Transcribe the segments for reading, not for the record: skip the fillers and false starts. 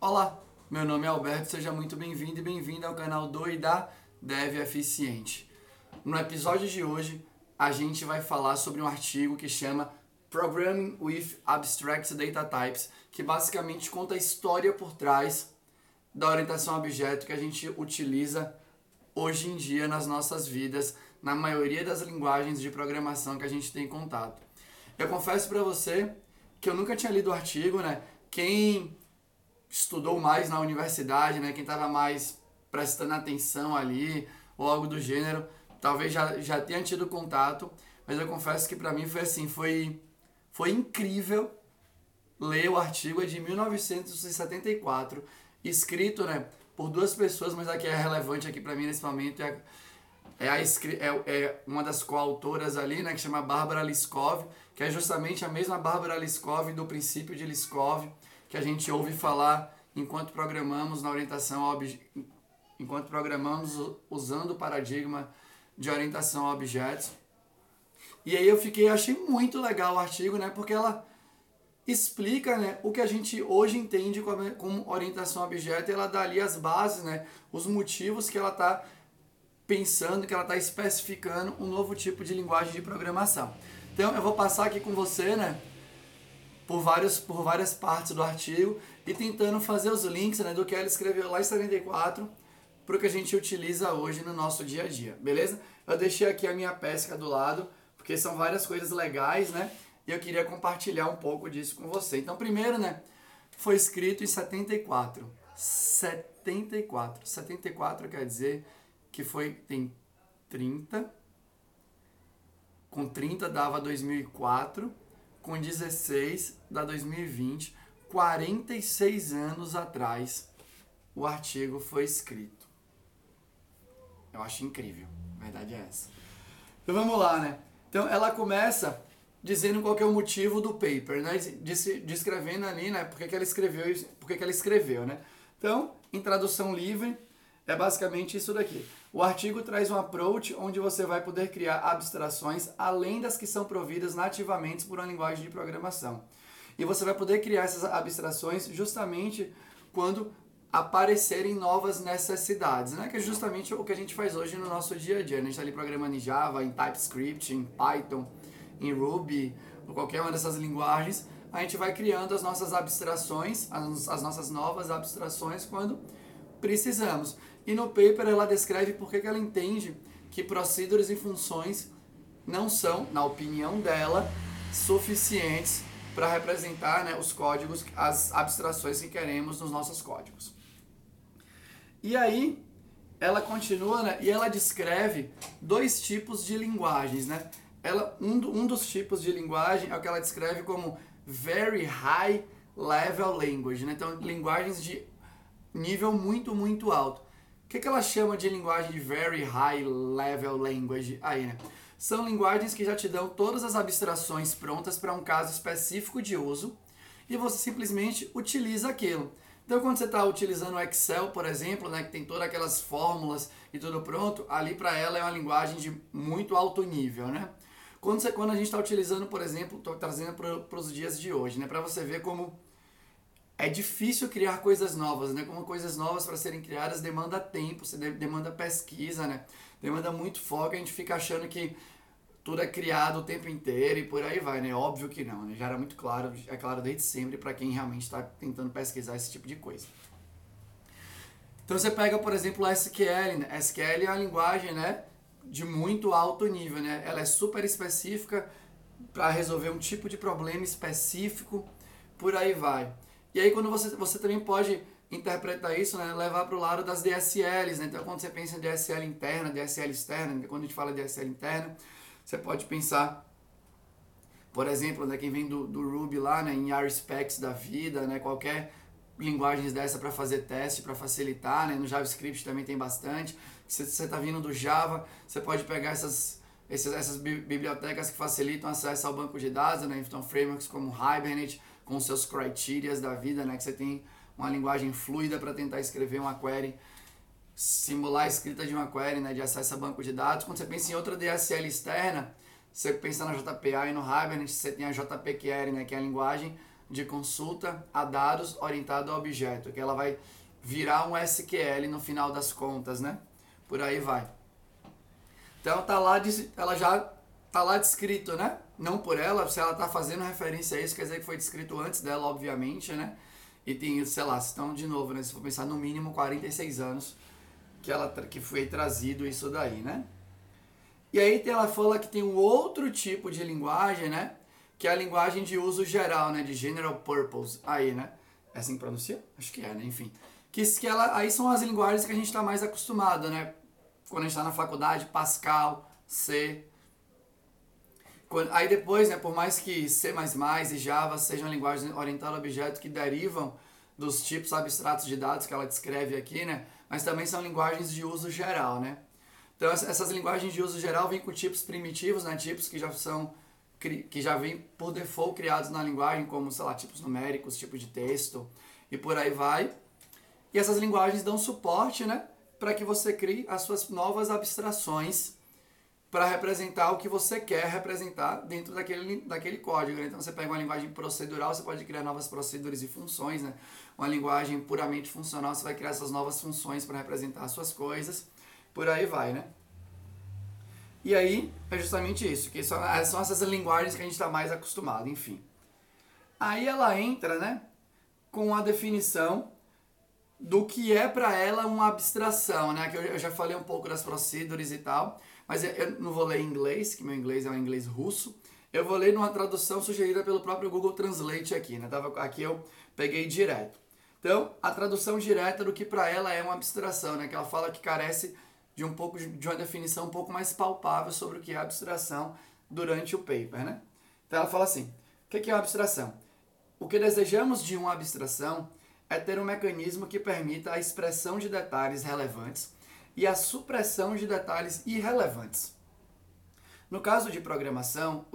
Olá, meu nome é Alberto, seja muito bem-vindo e bem-vinda ao canal do e da Dev Eficiente. No episódio de hoje, a gente vai falar sobre um artigo que chama Programming with Abstract Data Types, que basicamente conta a história por trás da orientação a objeto que a gente utiliza hoje em dia nas nossas vidas, na maioria das linguagens de programação que a gente tem contato. Eu confesso para você que eu nunca tinha lido o artigo, né? Quem estudou mais na universidade, né? Quem estava mais prestando atenção ali, ou algo do gênero, talvez já tenha tido contato, mas eu confesso que para mim foi assim, foi incrível ler o artigo, é de 1974, escrito, né, por duas pessoas, mas a que é relevante aqui para mim nesse momento é uma das coautoras ali, né, que chama Barbara Liskov, que é justamente a mesma Barbara Liskov do princípio de Liskov, que a gente ouve falar enquanto programamos na orientação a enquanto programamos usando o paradigma de orientação a objetos. E aí achei muito legal o artigo, né, porque ela explica, né, o que a gente hoje entende como orientação a objeto, e ela dá ali as bases, né, os motivos que ela está pensando, que ela está especificando um novo tipo de linguagem de programação. Então eu vou passar aqui com você, né, por várias partes do artigo e tentando fazer os links, né, do que ela escreveu lá em 74 para o que a gente utiliza hoje no nosso dia a dia, beleza? Eu deixei aqui a minha pesca do lado, porque são várias coisas legais, né? E eu queria compartilhar um pouco disso com você. Então, primeiro, né, foi escrito em 74. 74 quer dizer que tem 30, com 30 dava 2004, com 16 dá 2020, 46 anos atrás o artigo foi escrito. Eu acho incrível, a verdade é essa. Então vamos lá, né? Então ela começa dizendo qual que é o motivo do paper, né? Descrevendo ali, né? Por que ela escreveu, né? Então, em tradução livre, é basicamente isso daqui. O artigo traz um approach onde você vai poder criar abstrações além das que são providas nativamente por uma linguagem de programação. E você vai poder criar essas abstrações justamente quando aparecerem novas necessidades, né? Que é justamente o que a gente faz hoje no nosso dia a dia. A gente está ali programando em Java, em TypeScript, em Python, em Ruby, ou qualquer uma dessas linguagens. A gente vai criando as nossas abstrações, as nossas novas abstrações quando precisamos. E no paper ela descreve por que ela entende que procedures e funções não são, na opinião dela, suficientes para representar, né, os códigos, as abstrações que queremos nos nossos códigos. E aí, ela continua, né, e ela descreve dois tipos de linguagens, né? Um dos tipos de linguagem é o que ela descreve como Very High Level Language, né? Então, linguagens de nível muito, muito alto. O que ela chama de linguagem de Very High Level Language aí, né? São linguagens que já te dão todas as abstrações prontas para um caso específico de uso e você simplesmente utiliza aquilo. Então, quando você está utilizando o Excel, por exemplo, né, que tem todas aquelas fórmulas e tudo pronto, ali para ela é uma linguagem de muito alto nível, né? Quando a gente está utilizando, por exemplo, estou trazendo para os dias de hoje, né, para você ver como é difícil criar coisas novas, né? Como coisas novas para serem criadas demanda tempo, demanda pesquisa, né? Demanda muito foco, a gente fica achando que tudo é criado o tempo inteiro e por aí vai, né? Óbvio que não, né? Já era muito claro, é claro desde sempre para quem realmente está tentando pesquisar esse tipo de coisa. Então você pega, por exemplo, a SQL, né? SQL é uma linguagem, né, de muito alto nível, né? Ela é super específica para resolver um tipo de problema específico, por aí vai. E aí quando você também pode interpretar isso, né, levar para o lado das DSLs, né? Então quando você pensa em DSL interna, DSL externa, quando a gente fala de DSL interna, você pode pensar, por exemplo, né, quem vem do Ruby lá, né, em RSpecs da vida, né, qualquer linguagens dessa para fazer teste, para facilitar, né, no JavaScript também tem bastante. Se você está vindo do Java, você pode pegar essas bibliotecas que facilitam acesso ao banco de dados, né, então frameworks como Hibernate, com seus criterias da vida, né, que você tem uma linguagem fluida para tentar escrever uma query, simular a escrita de uma query, né, de acesso a banco de dados. Quando você pensa em outra DSL externa, você pensa na JPA e no Hibernate, você tem a JPQuery, né, que é a linguagem de consulta a dados orientado a objeto, que ela vai virar um SQL no final das contas, né? Por aí vai. Então ela já tá lá descrito, né? Não por ela, se ela tá fazendo referência a isso, quer dizer que foi descrito antes dela, obviamente, né? E tem, sei lá, então, de novo, né? Se for pensar no mínimo 46 anos que foi trazido isso daí, né? E aí ela fala que tem um outro tipo de linguagem, né? Que é a linguagem de uso geral, né? De general purpose, aí, né? É assim que pronuncia? Acho que é, né? Enfim. Aí são as linguagens que a gente está mais acostumado, né? Quando a gente está na faculdade, Pascal, C. Aí depois, né, por mais que C++ e Java sejam linguagens orientadas a objeto que derivam dos tipos abstratos de dados que ela descreve aqui, né? Mas também são linguagens de uso geral, né? Então essas linguagens de uso geral vêm com tipos primitivos, né? Tipos que já vêm por default criados na linguagem, como, sei lá, tipos numéricos, tipos de texto e por aí vai. E essas linguagens dão suporte, né, para que você crie as suas novas abstrações para representar o que você quer representar dentro daquele código, né? Então você pega uma linguagem procedural, você pode criar novas procedures e funções, né? Uma linguagem puramente funcional, você vai criar essas novas funções para representar as suas coisas, por aí vai, né? E aí é justamente isso, que são essas linguagens que a gente está mais acostumado, enfim. Aí ela entra, né, com a definição do que é para ela uma abstração, né? Que eu já falei um pouco das procedures e tal, mas eu não vou ler em inglês, que meu inglês é um inglês russo. Eu vou ler numa tradução sugerida pelo próprio Google Translate aqui, né? Aqui eu peguei direto. Então, a tradução direta do que para ela é uma abstração, né? Que ela fala que carece de uma definição um pouco mais palpável sobre o que é abstração durante o paper, né? Então ela fala assim: o que é uma abstração? O que desejamos de uma abstração é ter um mecanismo que permita a expressão de detalhes relevantes e a supressão de detalhes irrelevantes. No caso de programação,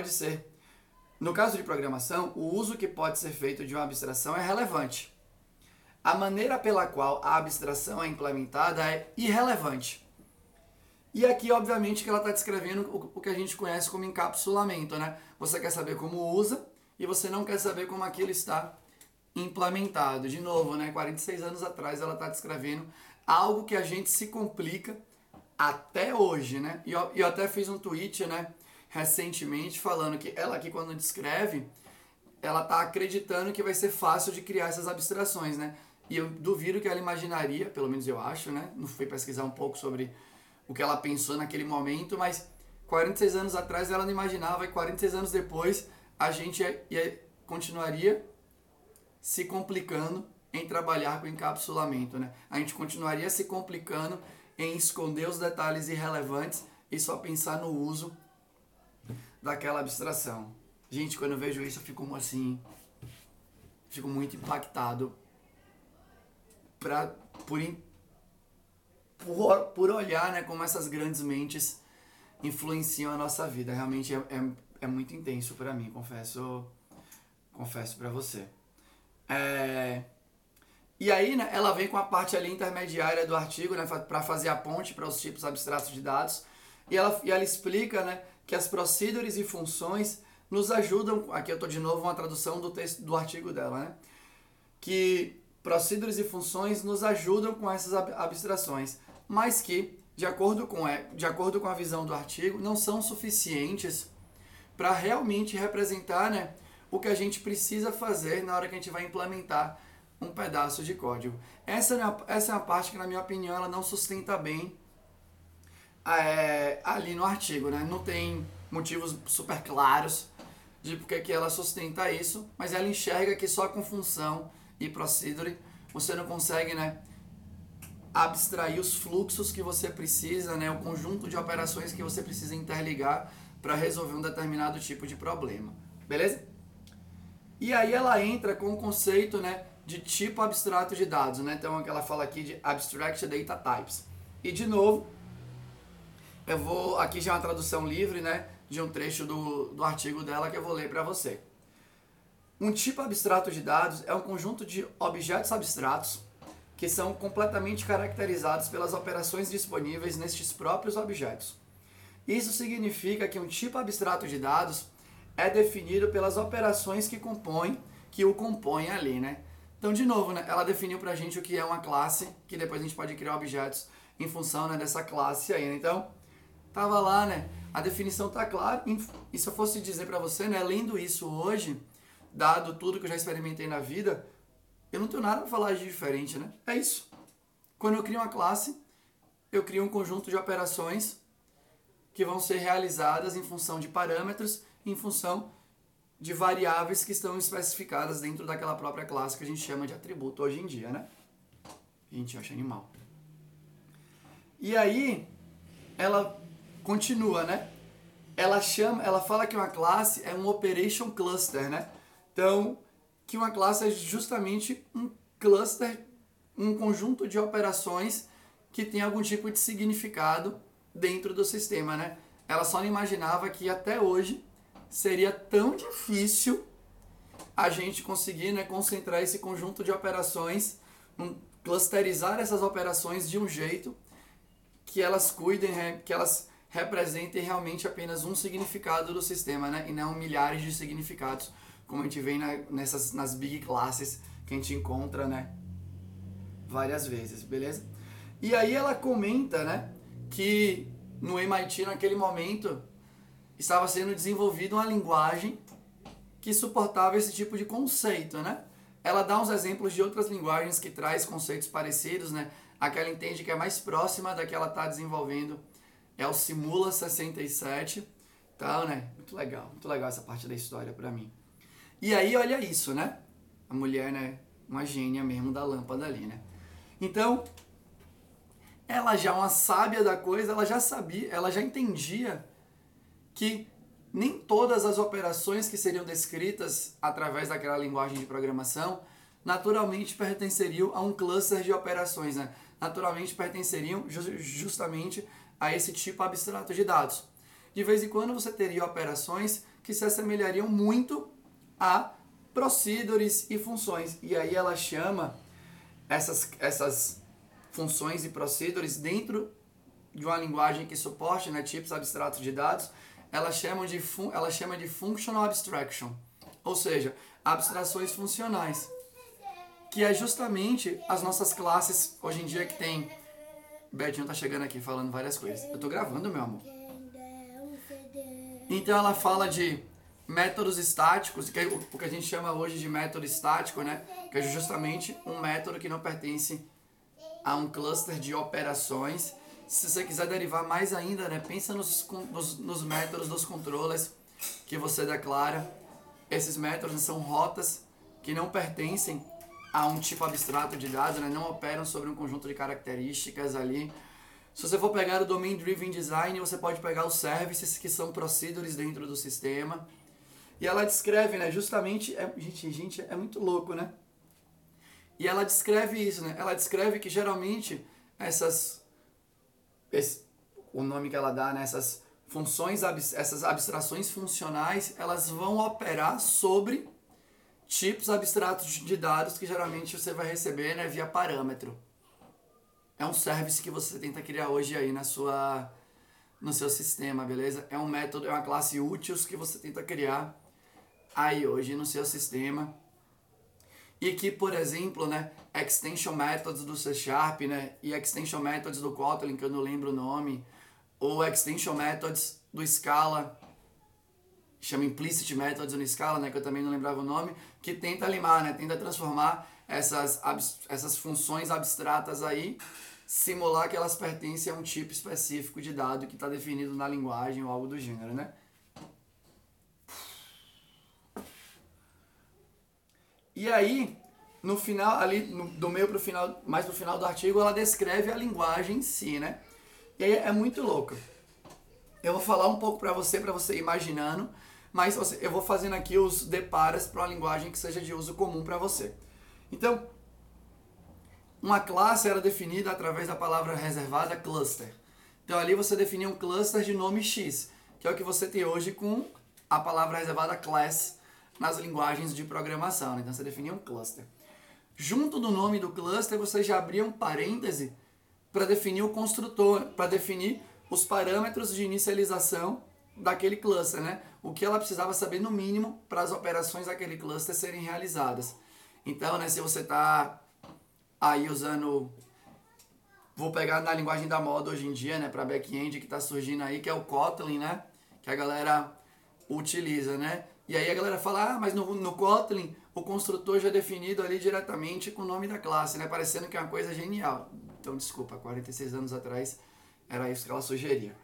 o uso que pode ser feito de uma abstração é relevante. A maneira pela qual a abstração é implementada é irrelevante. E aqui, obviamente, que ela está descrevendo o que a gente conhece como encapsulamento, né? Você quer saber como usa e você não quer saber como aquilo está implementado. De novo, né? 46 anos atrás ela está descrevendo algo que a gente se complica até hoje, né? E eu até fiz um tweet, né, recentemente, falando que ela aqui, quando descreve, ela está acreditando que vai ser fácil de criar essas abstrações, né? E eu duvido que ela imaginaria, pelo menos eu acho, né? Não fui pesquisar um pouco sobre o que ela pensou naquele momento, mas 46 anos atrás ela não imaginava, e 46 anos depois a gente continuaria se complicando em trabalhar com encapsulamento, né? A gente continuaria se complicando em esconder os detalhes irrelevantes e só pensar no uso daquela abstração. Gente, quando eu vejo isso, eu fico assim, fico muito impactado por olhar, né, como essas grandes mentes influenciam a nossa vida. Realmente é muito intenso para mim, confesso para você. E aí, né, ela vem com a parte ali intermediária do artigo, né, para fazer a ponte para os tipos abstratos de dados, e ela explica, né, que as procedures e funções nos ajudam, aqui eu estou de novo uma tradução do texto do artigo dela, né, que procedures e funções nos ajudam com essas abstrações, mas que, de acordo com a visão do artigo, não são suficientes para realmente representar, né, o que a gente precisa fazer na hora que a gente vai implementar um pedaço de código. Essa é uma parte que, na minha opinião, ela não sustenta bem ali no artigo, né? Não tem motivos super claros de porque que ela sustenta isso, mas ela enxerga que só com função e procedure você não consegue, né, abstrair os fluxos que você precisa, né, o conjunto de operações que você precisa interligar para resolver um determinado tipo de problema. Beleza? E aí ela entra com o conceito, né, de tipo abstrato de dados, né? Então ela fala aqui de Abstract Data Types. E de novo, aqui já é uma tradução livre, né, de um trecho do artigo dela que eu vou ler para você. Um tipo abstrato de dados é um conjunto de objetos abstratos que são completamente caracterizados pelas operações disponíveis nestes próprios objetos. Isso significa que um tipo abstrato de dados é definido pelas operações que compõem que o compõem ali, né? Então, de novo, né, ela definiu pra gente o que é uma classe, que depois a gente pode criar objetos em função, né, dessa classe aí, né? Então, tava lá, né? A definição tá clara. E se eu fosse dizer pra você, né, lendo isso hoje, dado tudo que eu já experimentei na vida, eu não tenho nada pra falar de diferente, né? É isso. Quando eu crio uma classe, eu crio um conjunto de operações que vão ser realizadas em função de parâmetros, em função de variáveis que estão especificadas dentro daquela própria classe que a gente chama de atributo hoje em dia, né? A gente acha animal. E aí, ela continua, né? Ela fala que uma classe é um operation cluster, né? Então, que uma classe é justamente um cluster, um conjunto de operações que tem algum tipo de significado dentro do sistema, né? Ela só não imaginava que até hoje seria tão difícil a gente conseguir, né, concentrar esse conjunto de operações, clusterizar essas operações de um jeito que elas cuidem, que elas representem realmente apenas um significado do sistema, né, e não milhares de significados, como a gente vê nas big classes que a gente encontra, né, várias vezes, beleza? E aí ela comenta, né, que no MIT naquele momento estava sendo desenvolvida uma linguagem que suportava esse tipo de conceito, né? Ela dá uns exemplos de outras linguagens que traz conceitos parecidos, né? A que ela entende que é mais próxima da que ela está desenvolvendo é o Simula 67, tal, né? Muito legal essa parte da história para mim. E aí, olha isso, né? A mulher, né? Uma gênia mesmo da lâmpada ali, né? Então, ela já uma sábia da coisa, ela já sabia, ela já entendia que nem todas as operações que seriam descritas através daquela linguagem de programação naturalmente pertenceriam a um cluster de operações, né? Naturalmente pertenceriam justamente a esse tipo abstrato de dados. De vez em quando você teria operações que se assemelhariam muito a procedures e funções. E aí ela chama essas funções e procedures dentro de uma linguagem que suporte, né, tipos abstratos de dados, ela chama de functional abstraction, ou seja, abstrações funcionais, que é justamente as nossas classes hoje em dia que tem... Betinho tá chegando aqui falando várias coisas. Eu tô gravando, meu amor. Então ela fala de métodos estáticos, que é o que a gente chama hoje de método estático, né? Que é justamente um método que não pertence a um cluster de operações. Se você quiser derivar mais ainda, né, pensa nos métodos dos controllers que você declara. Esses métodos são rotas que não pertencem a um tipo abstrato de dados, né, não operam sobre um conjunto de características ali. Se você for pegar o Domain Driven Design, você pode pegar os services, que são procedures dentro do sistema. E ela descreve, né, justamente... Gente, é muito louco, né? E ela descreve isso, né? Ela descreve que geralmente o nome que ela dá, né, essas funções, essas abstrações funcionais, elas vão operar sobre tipos abstratos de dados que geralmente você vai receber, né, via parâmetro. É um service que você tenta criar hoje aí no seu sistema, beleza? É um método, é uma classe utils que você tenta criar aí hoje no seu sistema. E que, por exemplo, né, extension methods do C Sharp, né, e extension methods do Kotlin, que eu não lembro o nome, ou extension methods do Scala, chama implicit methods no Scala, né, que eu também não lembrava o nome, que tenta limar, né, tenta transformar essas funções abstratas aí, simular que elas pertencem a um tipo específico de dado que está definido na linguagem ou algo do gênero, né? E aí, no final, ali do meio pro final, mais pro final do artigo, ela descreve a linguagem em si, né? E aí é muito louco. Eu vou falar um pouco para você ir imaginando, mas eu vou fazendo aqui os depares para uma linguagem que seja de uso comum para você. Então, uma classe era definida através da palavra reservada cluster. Então ali você definia um cluster de nome X, que é o que você tem hoje com a palavra reservada class nas linguagens de programação. Então você definia um cluster. Junto do nome do cluster você já abria um parêntese para definir o construtor, para definir os parâmetros de inicialização daquele cluster, né? o que ela precisava saber no mínimo para as operações daquele cluster serem realizadas. Então, né, se você está aí usando, vou pegar na linguagem da moda hoje em dia, né, para back-end que está surgindo aí, que é o Kotlin, né, que a galera utiliza, né? E aí a galera fala, mas no Kotlin o construtor já é definido ali diretamente com o nome da classe, né? Parecendo que é uma coisa genial. Então, desculpa, 46 anos atrás era isso que ela sugeria.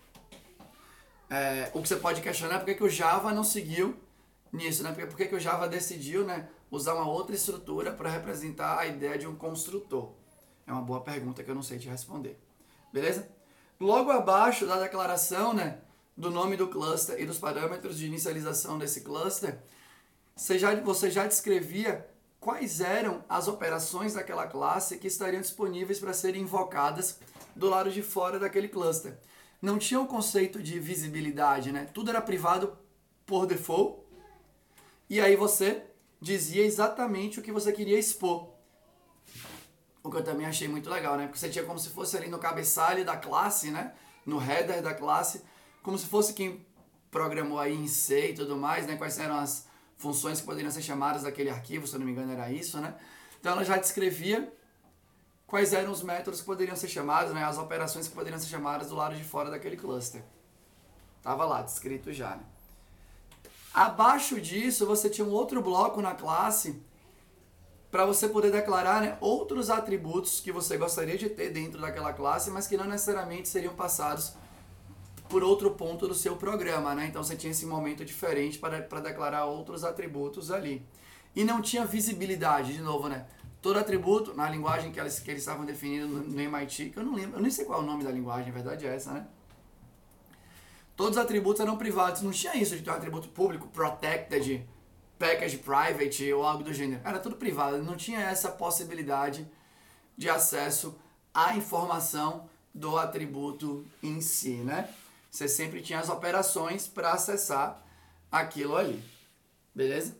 O que você pode questionar é por que o Java não seguiu nisso, né? Por que o Java decidiu, né, usar uma outra estrutura para representar a ideia de um construtor? É uma boa pergunta que eu não sei te responder. Beleza? Logo abaixo da declaração, né, do nome do cluster e dos parâmetros de inicialização desse cluster, você já descrevia quais eram as operações daquela classe que estariam disponíveis para serem invocadas do lado de fora daquele cluster. Não tinha o conceito de visibilidade, né? Tudo era privado por default. E aí você dizia exatamente o que você queria expor. O que eu também achei muito legal, né? Porque você tinha como se fosse ali no cabeçalho da classe, né? No header da classe, como se fosse quem programou aí em C e tudo mais, né? Quais eram as funções que poderiam ser chamadas daquele arquivo, se eu não me engano era isso, né? Então ela já descrevia quais eram os métodos que poderiam ser chamados, né? As operações que poderiam ser chamadas do lado de fora daquele cluster. Tava lá, descrito já, né? Abaixo disso, você tinha um outro bloco na classe para você poder declarar, né, outros atributos que você gostaria de ter dentro daquela classe, mas que não necessariamente seriam passados por outro ponto do seu programa, né? Então você tinha esse momento diferente para declarar outros atributos ali. E não tinha visibilidade, de novo, né? Todo atributo, na linguagem que eles estavam definindo no MIT, que eu não lembro, eu nem sei qual é o nome da linguagem, a verdade é essa, né? Todos os atributos eram privados, não tinha isso de ter um atributo público, protected, package private ou algo do gênero. Era tudo privado, não tinha essa possibilidade de acesso à informação do atributo em si, né? Você sempre tinha as operações para acessar aquilo ali, beleza?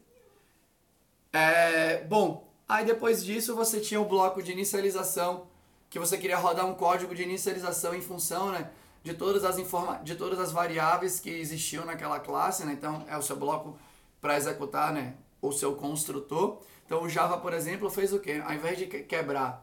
Bom, aí depois disso você tinha o bloco de inicialização, que você queria rodar um código de inicialização em função, né, de todas as variáveis que existiam naquela classe, né? Então é o seu bloco para executar, né, o seu construtor. Então o Java, por exemplo, fez o quê? Ao invés de quebrar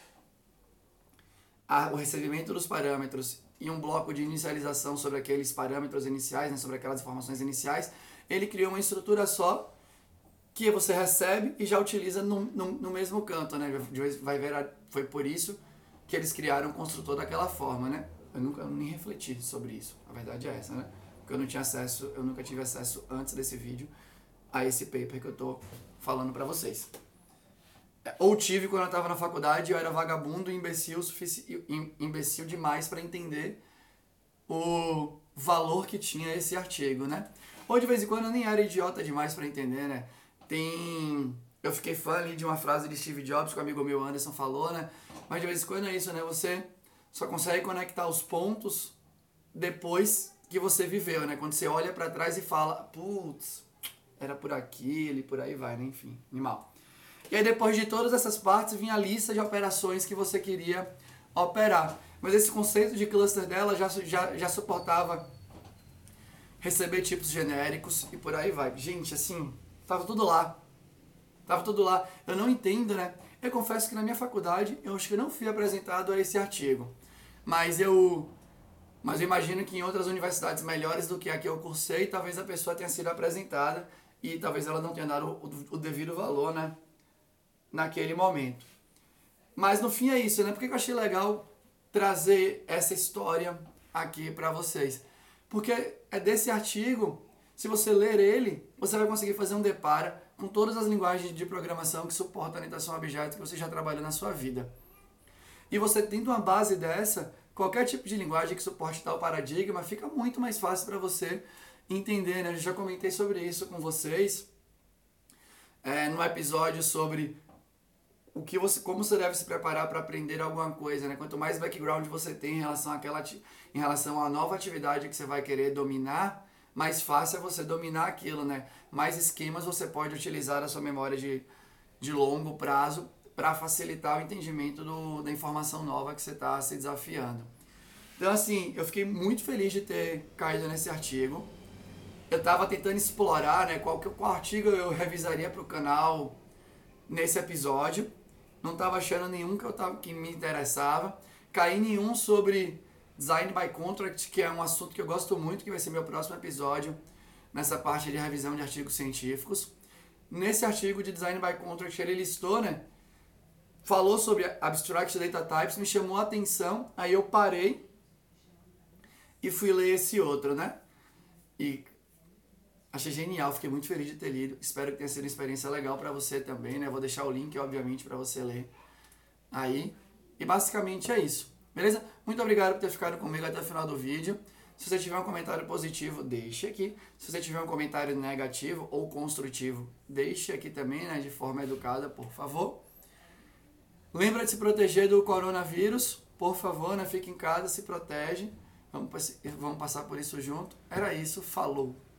o recebimento dos parâmetros e um bloco de inicialização sobre aqueles parâmetros iniciais, né, sobre aquelas informações iniciais, ele criou uma estrutura só que você recebe e já utiliza no mesmo canto, né? Vai ver, foi por isso que eles criaram o construtor daquela forma, né? Eu nunca nem refleti sobre isso, a verdade é essa, né? Porque eu nunca tive acesso antes desse vídeo a esse paper que eu tô falando pra vocês. Ou tive quando eu estava na faculdade, eu era vagabundo e imbecil demais para entender o valor que tinha esse artigo, né? Ou de vez em quando eu nem era idiota demais para entender, né? Eu fiquei fã ali de uma frase de Steve Jobs que o amigo meu Anderson falou, né? Mas de vez em quando é isso, né? Você só consegue conectar os pontos depois que você viveu, né? Quando você olha para trás e fala, putz, era por aqui, e por aí vai, né? Enfim, animal. E aí depois de todas essas partes vinha a lista de operações que você queria operar. Mas esse conceito de cluster dela já suportava receber tipos genéricos e por aí vai. Gente, assim, tava tudo lá. Eu não entendo, né? Eu confesso que na minha faculdade eu acho que eu não fui apresentado a esse artigo. Mas eu imagino que em outras universidades melhores do que a que eu cursei, talvez a pessoa tenha sido apresentada e talvez ela não tenha dado o devido valor, né, naquele momento. Mas no fim é isso, né? Por que eu achei legal trazer essa história aqui para vocês? Porque é desse artigo, se você ler ele, você vai conseguir fazer um deparo com todas as linguagens de programação que suportam a orientação a objetos que você já trabalhou na sua vida. E você tendo uma base dessa, qualquer tipo de linguagem que suporte tal paradigma, fica muito mais fácil para você entender, né? Eu já comentei sobre isso com vocês no episódio sobre como você deve se preparar para aprender alguma coisa, né? Quanto mais background você tem em relação à nova atividade que você vai querer dominar, mais fácil é você dominar aquilo, né? Mais esquemas você pode utilizar da sua memória de longo prazo para facilitar o entendimento da informação nova que você está se desafiando. Então, assim, eu fiquei muito feliz de ter caído nesse artigo. eu estava tentando explorar, né, qual artigo eu revisaria para o canal nesse episódio. Não estava achando nenhum que me interessava. Caí em um sobre Design by Contract, que é um assunto que eu gosto muito, que vai ser meu próximo episódio nessa parte de revisão de artigos científicos. Nesse artigo de Design by Contract, ele listou, né, falou sobre Abstract Data Types, me chamou a atenção, aí eu parei e fui ler esse outro, né? E achei genial, fiquei muito feliz de ter lido. Espero que tenha sido uma experiência legal para você também, né? Vou deixar o link, obviamente, para você ler aí. E basicamente é isso, beleza? Muito obrigado por ter ficado comigo até o final do vídeo. Se você tiver um comentário positivo, deixe aqui. Se você tiver um comentário negativo ou construtivo, deixe aqui também, né? De forma educada, por favor. Lembra de se proteger do coronavírus, por favor, né? Fique em casa, se protege. Vamos passar por isso junto. Era isso, falou!